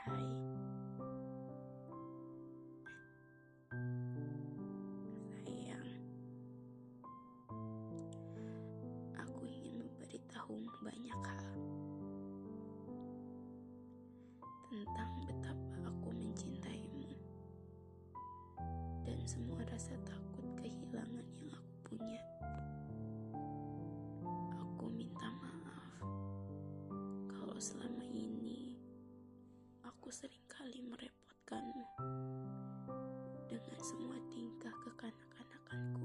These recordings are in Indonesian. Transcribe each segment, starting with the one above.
Hai, sayang, aku ingin memberitahumu banyak hal tentang betapa aku mencintaimu dan semua rasa takut kehilangan yang aku punya. Aku minta maaf kalau selama ini aku seringkali merepotkanmu dengan semua tingkah kekanak-kanakanku.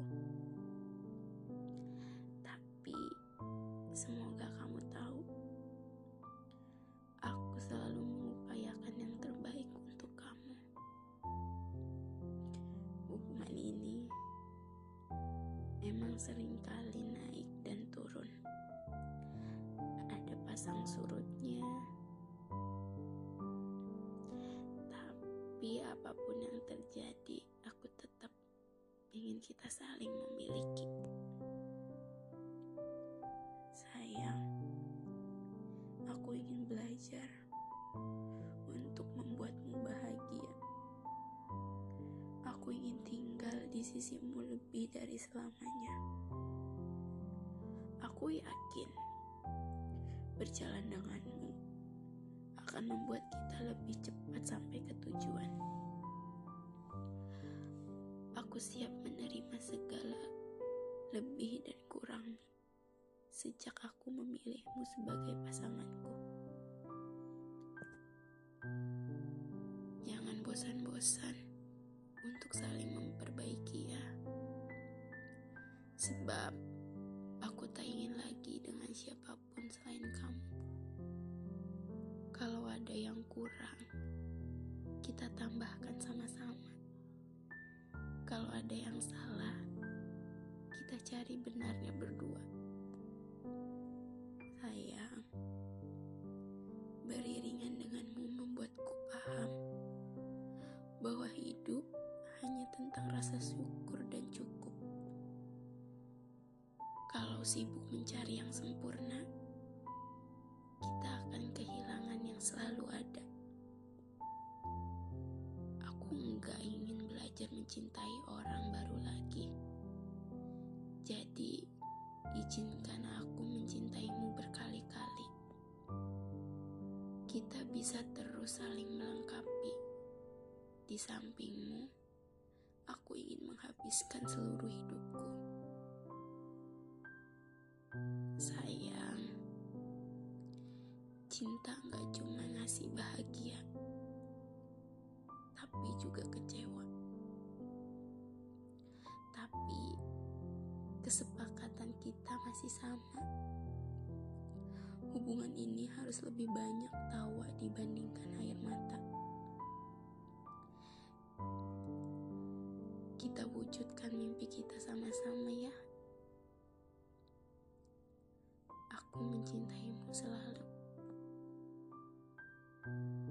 Tapi semoga kamu tahu, aku selalu mengupayakan yang terbaik untuk kamu. Hubungan ini memang seringkali naik dan turun. Ada pasang surutnya, tapi apapun yang terjadi, aku tetap ingin kita saling memiliki. Sayang, aku ingin belajar untuk membuatmu bahagia. Aku ingin tinggal di sisimu lebih dari selamanya. Aku yakin berjalan denganmu akan membuat kita lebih cepat sampai ke tujuan. Aku siap menerima segala lebih dan kurangmu sejak aku memilihmu sebagai pasanganku. Jangan bosan-bosan untuk saling memperbaiki ya. Sebab aku tak ingin lagi dengan siapapun selain kamu. Kalau ada yang kurang, kita tambahkan sama-sama. Kalau ada yang salah, kita cari benarnya berdua. Sayang, beriringan denganmu membuatku paham bahwa hidup hanya tentang rasa syukur dan cukup. Kalau sibuk mencari yang sempurna, kita akan kehilangan yang selalu ada. Aku enggak ingin belajar mencintai orang baru lagi. Jadi, izinkan aku mencintaimu berkali-kali. Kita bisa terus saling melengkapi. Di sampingmu, aku ingin menghabiskan seluruh hidupku. Sayang, cinta gak cuma ngasih bahagia, tapi juga kecewa. Tapi kesepakatan kita masih sama. Hubungan ini harus lebih banyak tawa dibandingkan air mata. Kita wujudkan mimpi kita sama-sama ya. Aku mencintaimu selalu.